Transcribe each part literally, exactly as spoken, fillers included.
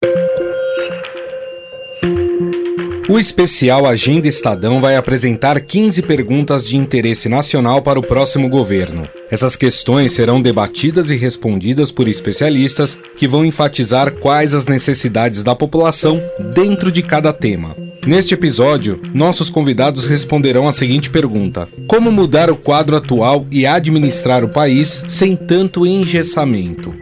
O especial Agenda Estadão vai apresentar quinze perguntas de interesse nacional para o próximo governo. Essas questões serão debatidas e respondidas por especialistas que vão enfatizar quais as necessidades da população dentro de cada tema. Neste episódio, nossos convidados responderão a seguinte pergunta: como mudar o quadro atual e administrar o país sem tanto engessamento?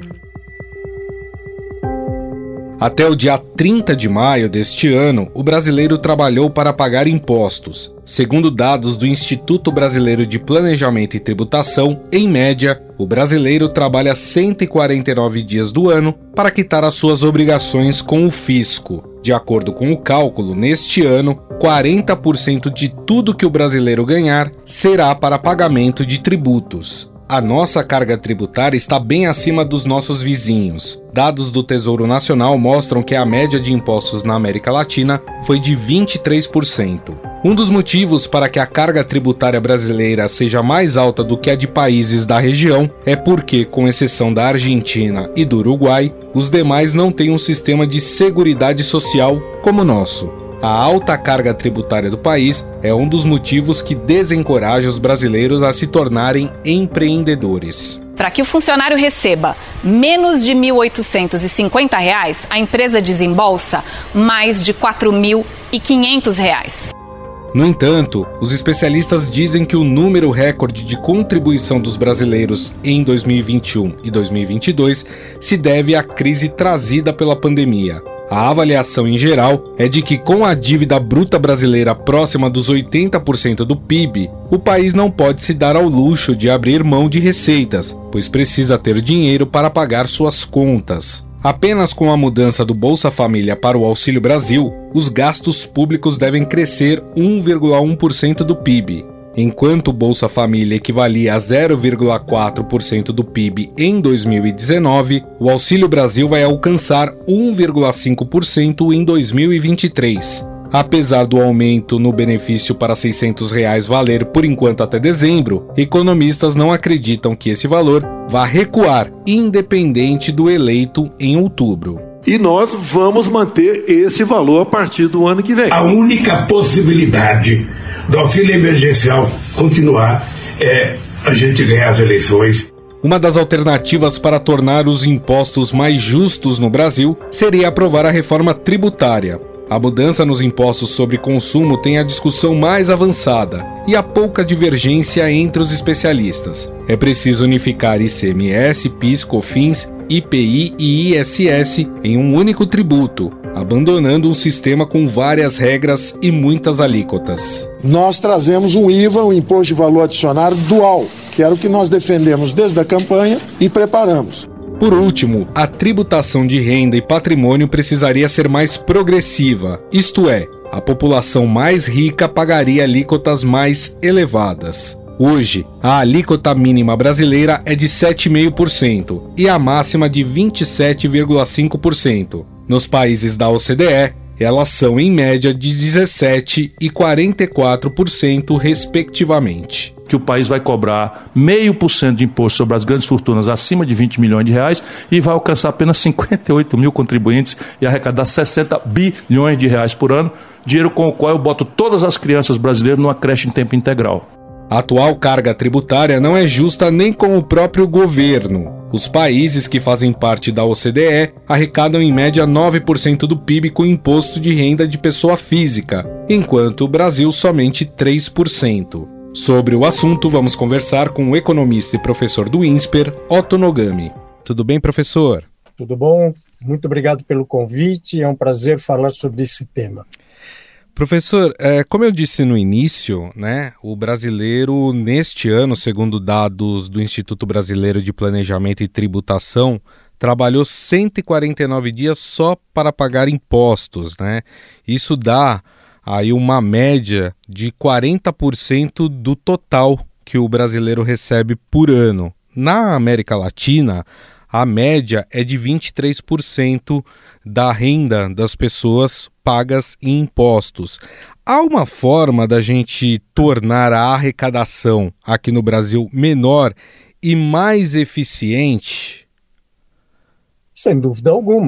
Até o dia trinta de maio deste ano, o brasileiro trabalhou para pagar impostos. Segundo dados do Instituto Brasileiro de Planejamento e Tributação, em média, o brasileiro trabalha cento e quarenta e nove dias do ano para quitar as suas obrigações com o fisco. De acordo com o cálculo, neste ano, quarenta por cento de tudo que o brasileiro ganhar será para pagamento de tributos. A nossa carga tributária está bem acima dos nossos vizinhos. Dados do Tesouro Nacional mostram que a média de impostos na América Latina foi de vinte e três por cento. Um dos motivos para que a carga tributária brasileira seja mais alta do que a de países da região é porque, com exceção da Argentina e do Uruguai, os demais não têm um sistema de seguridade social como o nosso. A alta carga tributária do país é um dos motivos que desencoraja os brasileiros a se tornarem empreendedores. Para que o funcionário receba menos de mil oitocentos e cinquenta reais, a empresa desembolsa mais de quatro mil e quinhentos reais. No entanto, os especialistas dizem que o número recorde de contribuição dos brasileiros em dois mil e vinte e um e dois mil e vinte e dois se deve à crise trazida pela pandemia. A avaliação em geral é de que, com a dívida bruta brasileira próxima dos oitenta por cento do P I B, o país não pode se dar ao luxo de abrir mão de receitas, pois precisa ter dinheiro para pagar suas contas. Apenas com a mudança do Bolsa Família para o Auxílio Brasil, os gastos públicos devem crescer um vírgula um por cento do P I B. Enquanto o Bolsa Família equivalia a zero vírgula quatro por cento do P I B em dois mil e dezenove, o Auxílio Brasil vai alcançar um vírgula cinco por cento em dois mil e vinte e três. Apesar do aumento no benefício para seiscentos reais valer por enquanto até dezembro, economistas não acreditam que esse valor vá recuar, independente do eleito em outubro. E nós vamos manter esse valor a partir do ano que vem. A única possibilidade do auxílio emergencial continuar é a gente ganhar as eleições. Uma das alternativas para tornar os impostos mais justos no Brasil seria aprovar a reforma tributária. A mudança nos impostos sobre consumo tem a discussão mais avançada e há pouca divergência entre os especialistas. É preciso unificar I C M S, PIS, COFINS, I P I e I S S em um único tributo, abandonando um sistema com várias regras e muitas alíquotas. Nós trazemos um I V A, um Imposto de Valor Adicionado dual, que era o que nós defendemos desde a campanha e preparamos. Por último, a tributação de renda e patrimônio precisaria ser mais progressiva, isto é, a população mais rica pagaria alíquotas mais elevadas. Hoje, a alíquota mínima brasileira é de sete vírgula cinco por cento e a máxima de vinte e sete vírgula cinco por cento. Nos países da O C D E, elas são em média de dezessete por cento e quarenta e quatro por cento, respectivamente. Que o país vai cobrar zero vírgula cinco por cento de imposto sobre as grandes fortunas acima de vinte milhões de reais e vai alcançar apenas cinquenta e oito mil contribuintes e arrecadar sessenta bilhões de reais por ano, dinheiro com o qual eu boto todas as crianças brasileiras numa creche em tempo integral. A atual carga tributária não é justa nem com o próprio governo. Os países que fazem parte da O C D E arrecadam em média nove por cento do P I B com imposto de renda de pessoa física, enquanto o Brasil somente três por cento. Sobre o assunto, vamos conversar com o economista e professor do INSPER, Otto Nogami. Tudo bem, professor? Tudo bom? Muito obrigado pelo convite, é um prazer falar sobre esse tema. Professor, é, como eu disse no início, né, o brasileiro neste ano, segundo dados do Instituto Brasileiro de Planejamento e Tributação, trabalhou cento e quarenta e nove dias só para pagar impostos, né? Isso dá aí uma média de quarenta por cento do total que o brasileiro recebe por ano. Na América Latina, a média é de vinte e três por cento da renda das pessoas pagas em impostos. Há uma forma da gente tornar a arrecadação aqui no Brasil menor e mais eficiente? Sem dúvida alguma.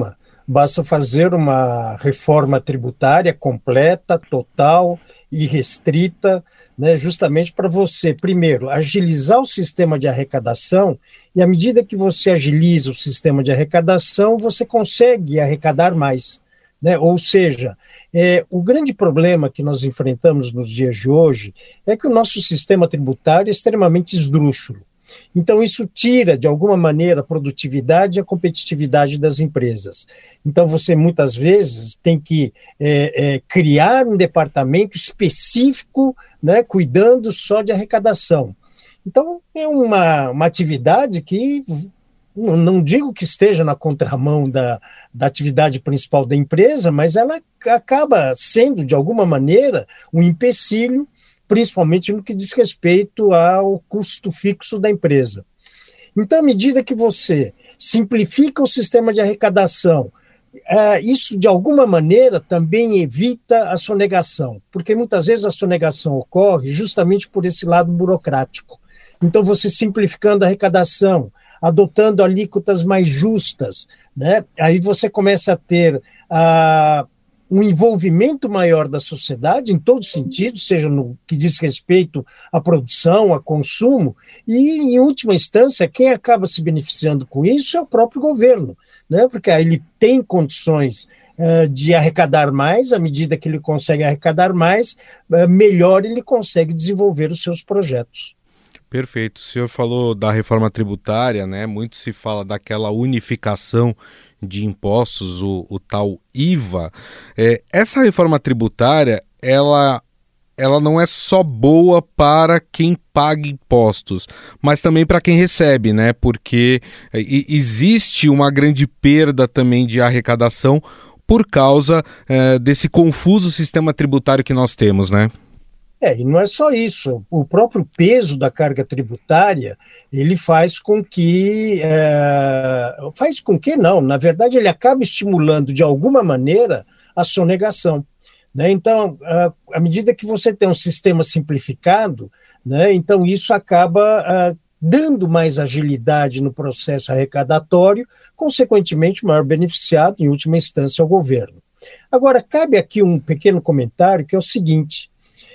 basta fazer uma reforma tributária completa, total e restrita, né, justamente para você, primeiro, agilizar o sistema de arrecadação, e à medida que você agiliza o sistema de arrecadação, você consegue arrecadar mais. Né? Ou seja, é, o grande problema que nós enfrentamos nos dias de hoje é que o nosso sistema tributário é extremamente esdrúxulo. Então, isso tira, de alguma maneira, a produtividade e a competitividade das empresas. Então, você, muitas vezes, tem que é, é, criar um departamento específico, né, cuidando só de arrecadação. Então, é uma, uma atividade que, não, não digo que esteja na contramão da, da atividade principal da empresa, mas ela acaba sendo, de alguma maneira, um empecilho, principalmente no que diz respeito ao custo fixo da empresa. Então, à medida que você simplifica o sistema de arrecadação, é, isso, de alguma maneira, também evita a sonegação, porque muitas vezes a sonegação ocorre justamente por esse lado burocrático. Então, você simplificando a arrecadação, adotando alíquotas mais justas, né, aí você começa a ter a um envolvimento maior da sociedade, em todos os sentidos, seja no que diz respeito à produção, a consumo, e, em última instância, quem acaba se beneficiando com isso é o próprio governo, né? Porque aí ele tem condições uh, de arrecadar mais, à medida que ele consegue arrecadar mais, uh, melhor ele consegue desenvolver os seus projetos. Perfeito. O senhor falou da reforma tributária, né? Muito se fala daquela unificação de impostos, o, o tal I V A. É, essa reforma tributária, ela, ela não é só boa para quem paga impostos, mas também para quem recebe, né? Porque é, existe uma grande perda também de arrecadação por causa é, desse confuso sistema tributário que nós temos, né? É, e não é só isso, o próprio peso da carga tributária, ele faz com que, é, faz com que não, na verdade ele acaba estimulando de alguma maneira a sonegação, né? Então, à, à medida que você tem um sistema simplificado, né, então isso acaba a, dando mais agilidade no processo arrecadatório, consequentemente o maior beneficiado, em última instância, é o governo. Agora, cabe aqui um pequeno comentário que é o seguinte: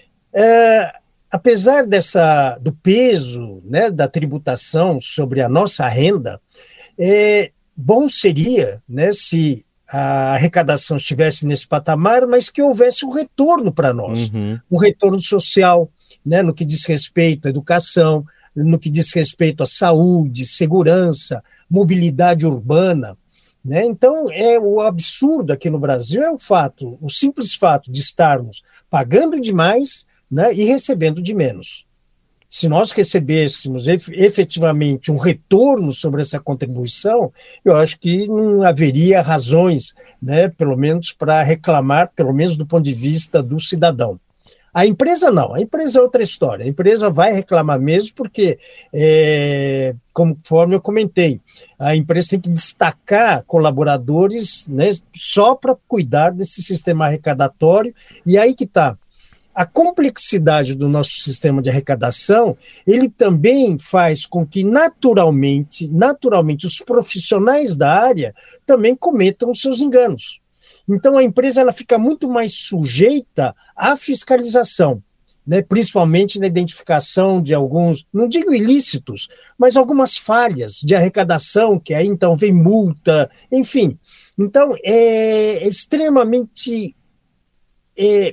É, apesar dessa, do peso, né, da tributação sobre a nossa renda, é, bom seria, né, se a arrecadação estivesse nesse patamar, mas que houvesse um retorno para nós, uhum. um retorno social, né, no que diz respeito à educação, no que diz respeito à saúde, segurança, mobilidade urbana. Né? Então, é, o absurdo aqui no Brasil é o fato, o simples fato de estarmos pagando demais, né, e recebendo de menos. Se nós recebêssemos efetivamente um retorno sobre essa contribuição, eu acho que não haveria razões, né, pelo menos para reclamar, pelo menos do ponto de vista do cidadão. A empresa não, a empresa é outra história, a empresa vai reclamar mesmo porque, é, conforme eu comentei, a empresa tem que destacar colaboradores, né, só para cuidar desse sistema arrecadatório, e aí que está. A complexidade do nosso sistema de arrecadação, ele também faz com que naturalmente, naturalmente os profissionais da área também cometam os seus enganos. Então a empresa ela fica muito mais sujeita à fiscalização, né, principalmente na identificação de alguns, não digo ilícitos, mas algumas falhas de arrecadação, que aí então vem multa, enfim. Então é extremamente é,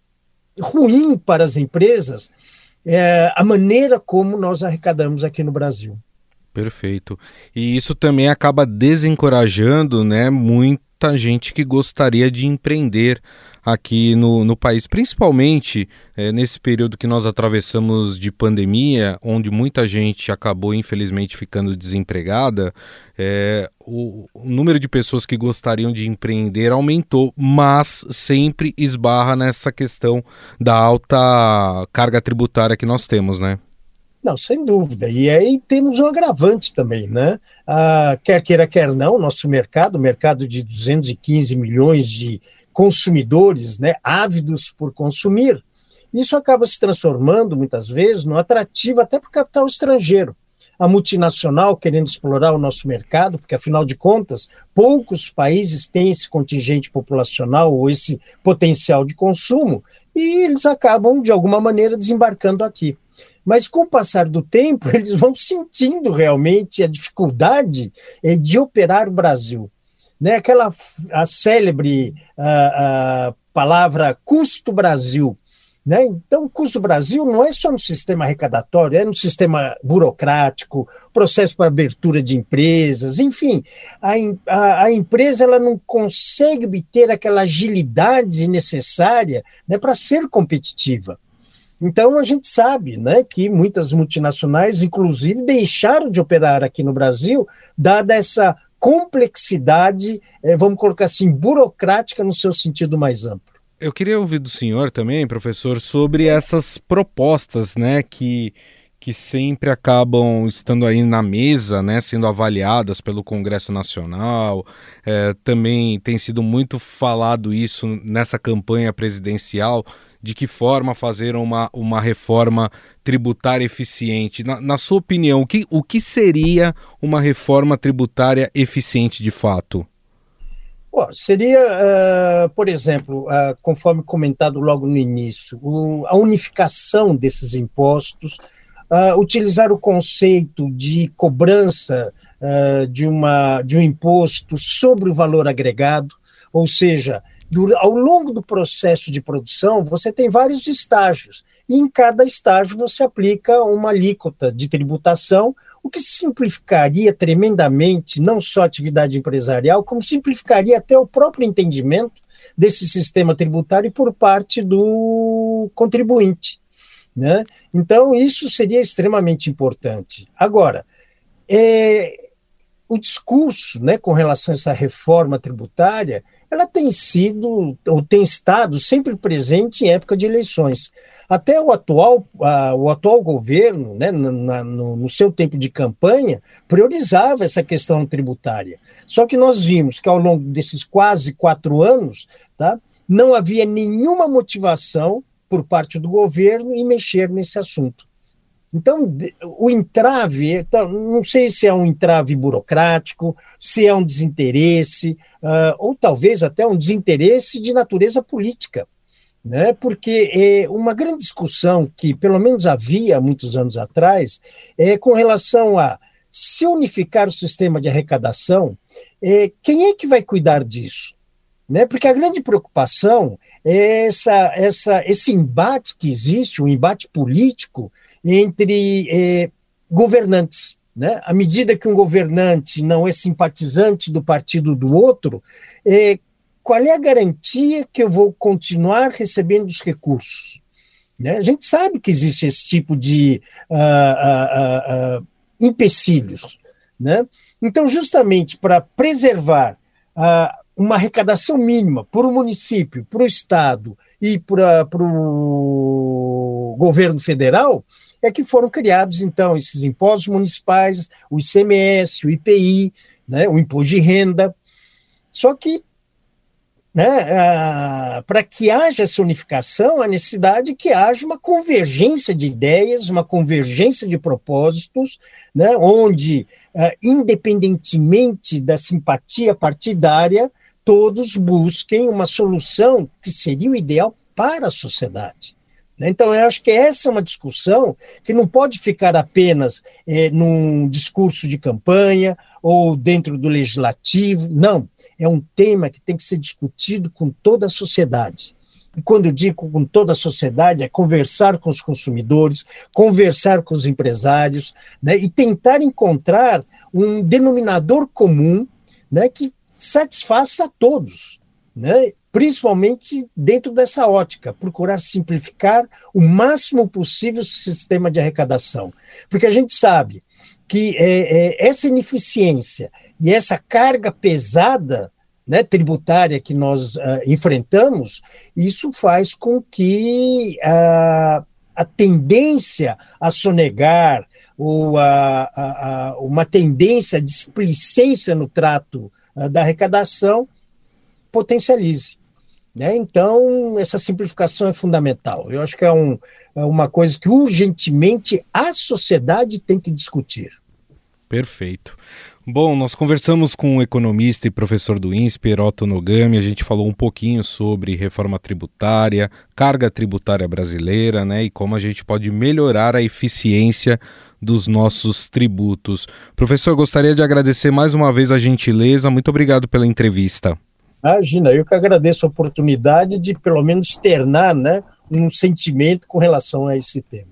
ruim para as empresas é, a maneira como nós arrecadamos aqui no Brasil. Perfeito. E isso também acaba desencorajando, né, muita gente que gostaria de empreender aqui no, no país, principalmente é, nesse período que nós atravessamos de pandemia, onde muita gente acabou, infelizmente, ficando desempregada. É, o, o número de pessoas que gostariam de empreender aumentou, mas sempre esbarra nessa questão da alta carga tributária que nós temos, né? Não, sem dúvida. E aí temos um agravante também, né? Ah, quer queira, quer não, nosso mercado, mercado de duzentos e quinze milhões de consumidores, né, ávidos por consumir, isso acaba se transformando, muitas vezes, no atrativo até para o capital estrangeiro. a multinacional querendo explorar o nosso mercado, porque, afinal de contas, poucos países têm esse contingente populacional ou esse potencial de consumo, e eles acabam, de alguma maneira, desembarcando aqui. Mas, com o passar do tempo, eles vão sentindo realmente a dificuldade de operar o Brasil. Né? Aquela a célebre a, a palavra custo Brasil. Né? Então, o custo Brasil não é só no sistema arrecadatório, é no sistema burocrático, processo para abertura de empresas, enfim, a, a, a empresa ela não consegue obter aquela agilidade necessária, né, para ser competitiva. Então, a gente sabe, né, que muitas multinacionais, inclusive, deixaram de operar aqui no Brasil, dada essa complexidade, eh, vamos colocar assim, burocrática no seu sentido mais amplo. Eu queria ouvir do senhor também, professor, sobre essas propostas, né, que, que sempre acabam estando aí na mesa, né, sendo avaliadas pelo Congresso Nacional. É, também tem sido muito falado isso nessa campanha presidencial, de que forma fazer uma, uma reforma tributária eficiente. Na, na sua opinião, o que, o que seria uma reforma tributária eficiente de fato? Bom, seria, uh, por exemplo, uh, conforme comentado logo no início, o, a unificação desses impostos, uh, utilizar o conceito de cobrança uh, de, uma, de um imposto sobre o valor agregado, ou seja, do, ao longo do processo de produção, você tem vários estágios, e em cada estágio você aplica uma alíquota de tributação, o que simplificaria tremendamente não só a atividade empresarial, como simplificaria até o próprio entendimento desse sistema tributário por parte do contribuinte. Né? Então, isso seria extremamente importante. Agora, é, o discurso, né, com relação a essa reforma tributária, ela tem sido, ou tem estado sempre presente em época de eleições. Até o atual, uh, o atual governo, né, na, no, no seu tempo de campanha, priorizava essa questão tributária. Só que nós vimos que ao longo desses quase quatro anos, tá, não havia nenhuma motivação por parte do governo em mexer nesse assunto. Então, o entrave, não sei se é um entrave burocrático, se é um desinteresse, uh, ou talvez até um desinteresse de natureza política, né? Porque é uma grande discussão que, pelo menos havia muitos anos atrás, é com relação a se unificar o sistema de arrecadação, é, quem é que vai cuidar disso? Né? Porque a grande preocupação é essa, essa, esse embate que existe, um embate político entre é, governantes. Né? À medida que um governante não é simpatizante do partido do outro, é, qual é a garantia que eu vou continuar recebendo os recursos? Né? A gente sabe que existe esse tipo de uh, uh, uh, uh, empecilhos. Né? Então, justamente para preservar uh, uma arrecadação mínima para o município, para o Estado e para o governo federal, é que foram criados, então, esses impostos municipais, o I C M S, o I P I, né, o imposto de renda. Só que, né, para que haja essa unificação, a necessidade que haja uma convergência de ideias, uma convergência de propósitos, né, onde, independentemente da simpatia partidária, todos busquem uma solução que seria o ideal para a sociedade. Então, eu acho que essa é uma discussão que não pode ficar apenas é, num discurso de campanha ou dentro do legislativo. Não, é um tema que tem que ser discutido com toda a sociedade. E quando eu digo com toda a sociedade, é conversar com os consumidores, conversar com os empresários, né, e tentar encontrar um denominador comum, né, que satisfaça a todos, né? Principalmente dentro dessa ótica, procurar simplificar o máximo possível o sistema de arrecadação. Porque a gente sabe que é, é, essa ineficiência e essa carga pesada, né, tributária que nós uh, enfrentamos, isso faz com que uh, a tendência a sonegar ou a, a, a uma tendência à displicência no trato uh, da arrecadação potencialize. Né? Então, essa simplificação é fundamental. Eu acho que é, um, é uma coisa que urgentemente a sociedade tem que discutir. Perfeito. Bom, nós conversamos com o economista e professor do INSPER, Otto Nogami. A gente falou um pouquinho sobre reforma tributária, carga tributária brasileira, né, e como a gente pode melhorar a eficiência dos nossos tributos. Professor, gostaria de agradecer mais uma vez a gentileza. Muito obrigado pela entrevista. Imagina, eu que agradeço a oportunidade de pelo menos externar, né, um sentimento com relação a esse tema.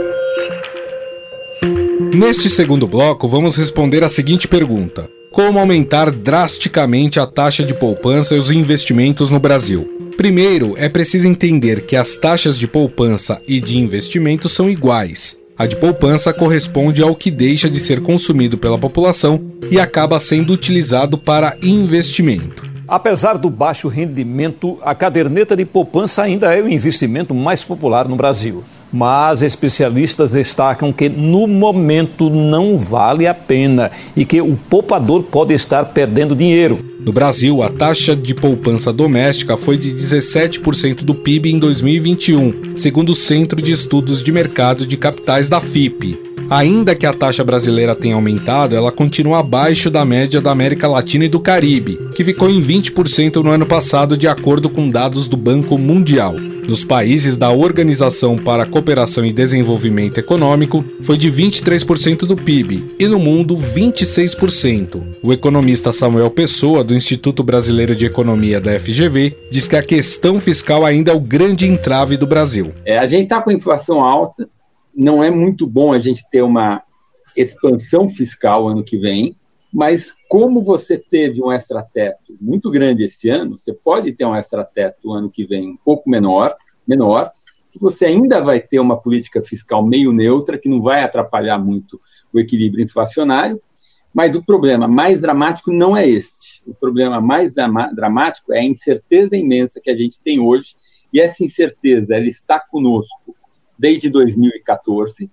Neste segundo bloco, vamos responder a seguinte pergunta: como aumentar drasticamente a taxa de poupança e os investimentos no Brasil? Primeiro, é preciso entender que as taxas de poupança e de investimento são iguais. A de poupança corresponde ao que deixa de ser consumido pela população e acaba sendo utilizado para investimento. Apesar do baixo rendimento, a caderneta de poupança ainda é o investimento mais popular no Brasil. Mas especialistas destacam que no momento não vale a pena e que o poupador pode estar perdendo dinheiro. No Brasil, a taxa de poupança doméstica foi de dezessete por cento do P I B em dois mil e vinte e um, segundo o Centro de Estudos de Mercado de Capitais da F I P. Ainda que a taxa brasileira tenha aumentado, ela continua abaixo da média da América Latina e do Caribe, que ficou em vinte por cento no ano passado, de acordo com dados do Banco Mundial. Nos países da Organização para a Cooperação e Desenvolvimento Econômico, foi de vinte e três por cento do P I B, e no mundo, vinte e seis por cento. O economista Samuel Pessoa, do Instituto Brasileiro de Economia da F G V, diz que a questão fiscal ainda é o grande entrave do Brasil. É, a gente está com inflação alta, não é muito bom a gente ter uma expansão fiscal ano que vem, mas como você teve um extrateto muito grande esse ano, você pode ter um extrateto ano que vem um pouco menor, menor, que você ainda vai ter uma política fiscal meio neutra, que não vai atrapalhar muito o equilíbrio inflacionário, mas o problema mais dramático não é este. O problema mais drama- dramático é a incerteza imensa que a gente tem hoje, e essa incerteza ela está conosco desde dois mil e catorze,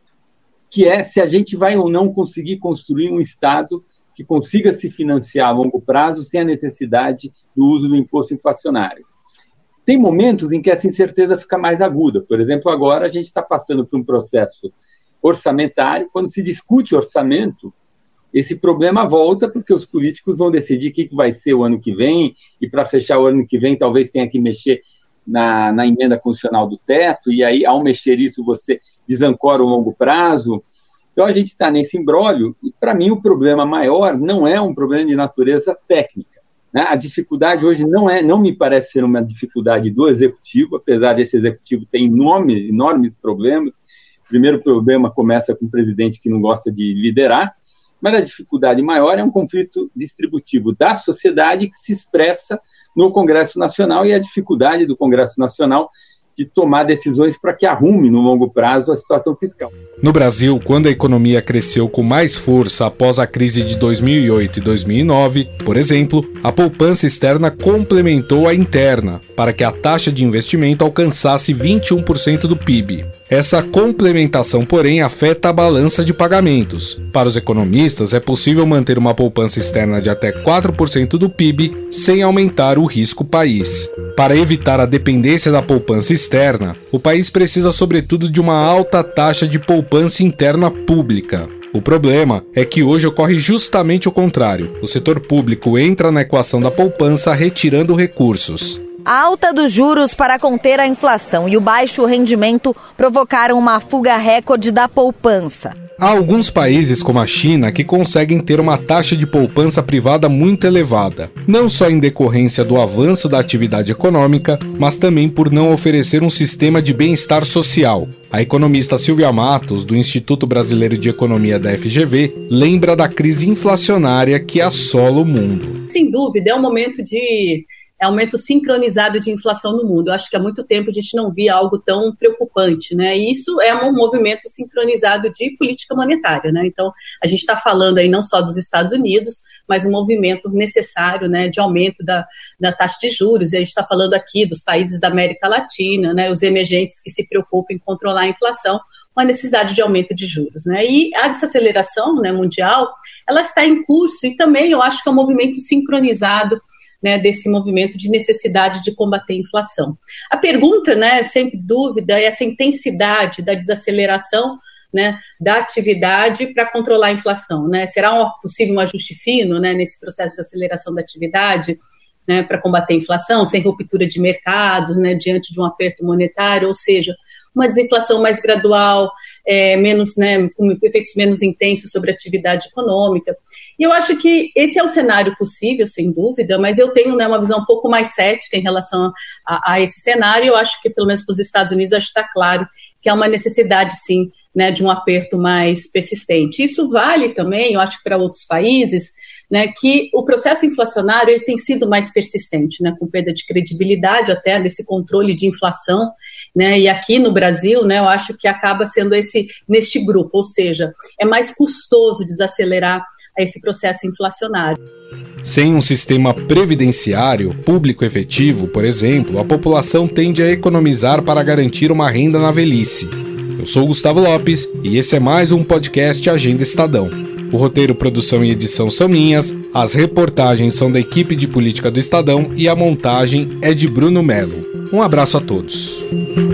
que é se a gente vai ou não conseguir construir um Estado que consiga se financiar a longo prazo sem a necessidade do uso do imposto inflacionário. Tem momentos em que essa incerteza fica mais aguda. Por exemplo, agora a gente está passando por um processo orçamentário. Quando se discute orçamento, esse problema volta porque os políticos vão decidir o que vai ser o ano que vem, e para fechar o ano que vem talvez tenha que mexer Na, na emenda constitucional do teto, e aí, ao mexer isso, você desancora o longo prazo. Então, a gente está nesse imbróglio, e, para mim, o problema maior não é um problema de natureza técnica, né? A dificuldade hoje não, é, não me parece ser uma dificuldade do executivo, apesar desse executivo ter enorme, enormes problemas. O primeiro problema começa com o presidente que não gosta de liderar, mas a dificuldade maior é um conflito distributivo da sociedade que se expressa no Congresso Nacional, e a dificuldade do Congresso Nacional de tomar decisões para que arrume no longo prazo a situação fiscal. No Brasil, quando a economia cresceu com mais força após a crise de dois mil e oito e dois mil e nove, por exemplo, a poupança externa complementou a interna, para que a taxa de investimento alcançasse vinte e um por cento do P I B. Essa complementação, porém, afeta a balança de pagamentos. Para os economistas, é possível manter uma poupança externa de até quatro por cento do P I B sem aumentar o risco país. Para evitar a dependência da poupança externa, o país precisa, sobretudo, de uma alta taxa de poupança interna pública. O problema é que hoje ocorre justamente o contrário. O setor público entra na equação da poupança retirando recursos. A alta dos juros para conter a inflação e o baixo rendimento provocaram uma fuga recorde da poupança. Há alguns países, como a China, que conseguem ter uma taxa de poupança privada muito elevada, não só em decorrência do avanço da atividade econômica, mas também por não oferecer um sistema de bem-estar social. A economista Silvia Matos, do Instituto Brasileiro de Economia da F G V, lembra da crise inflacionária que assola o mundo. Sem dúvida, é um momento de... É um aumento sincronizado de inflação no mundo. Eu acho que há muito tempo a gente não via algo tão preocupante, né? E isso é um movimento sincronizado de política monetária, né? Então, a gente está falando aí não só dos Estados Unidos, mas um movimento necessário, né, de aumento da, da taxa de juros. E a gente está falando aqui dos países da América Latina, né, os emergentes que se preocupam em controlar a inflação, com a necessidade de aumento de juros, né? E a desaceleração, né, mundial, ela está em curso, e também eu acho que é um movimento sincronizado, né, desse movimento de necessidade de combater a inflação. A pergunta, né, sempre dúvida, é essa intensidade da desaceleração, né, da atividade para controlar a inflação, né? Será um, possível um ajuste fino, né, nesse processo de aceleração da atividade, né, para combater a inflação, sem ruptura de mercados, né, diante de um aperto monetário, ou seja, uma desinflação mais gradual, é, menos, né, com efeitos menos intensos sobre a atividade econômica. E eu acho que esse é o cenário possível, sem dúvida, mas eu tenho, né, uma visão um pouco mais cética em relação a, a esse cenário. Eu acho que, pelo menos para os Estados Unidos, acho que está claro que há uma necessidade, sim, né, de um aperto mais persistente. Isso vale também, eu acho que para outros países, né, que o processo inflacionário ele tem sido mais persistente, né, com perda de credibilidade até desse controle de inflação, né, e aqui no Brasil, né, eu acho que acaba sendo esse neste grupo, ou seja, é mais custoso desacelerar esse processo inflacionário. Sem um sistema previdenciário público efetivo, por exemplo, a população tende a economizar para garantir uma renda na velhice. Eu sou Gustavo Lopes e esse é mais um podcast Agenda Estadão. O roteiro, produção e edição são minhas, as reportagens são da equipe de política do Estadão e a montagem é de Bruno Melo. Um abraço a todos.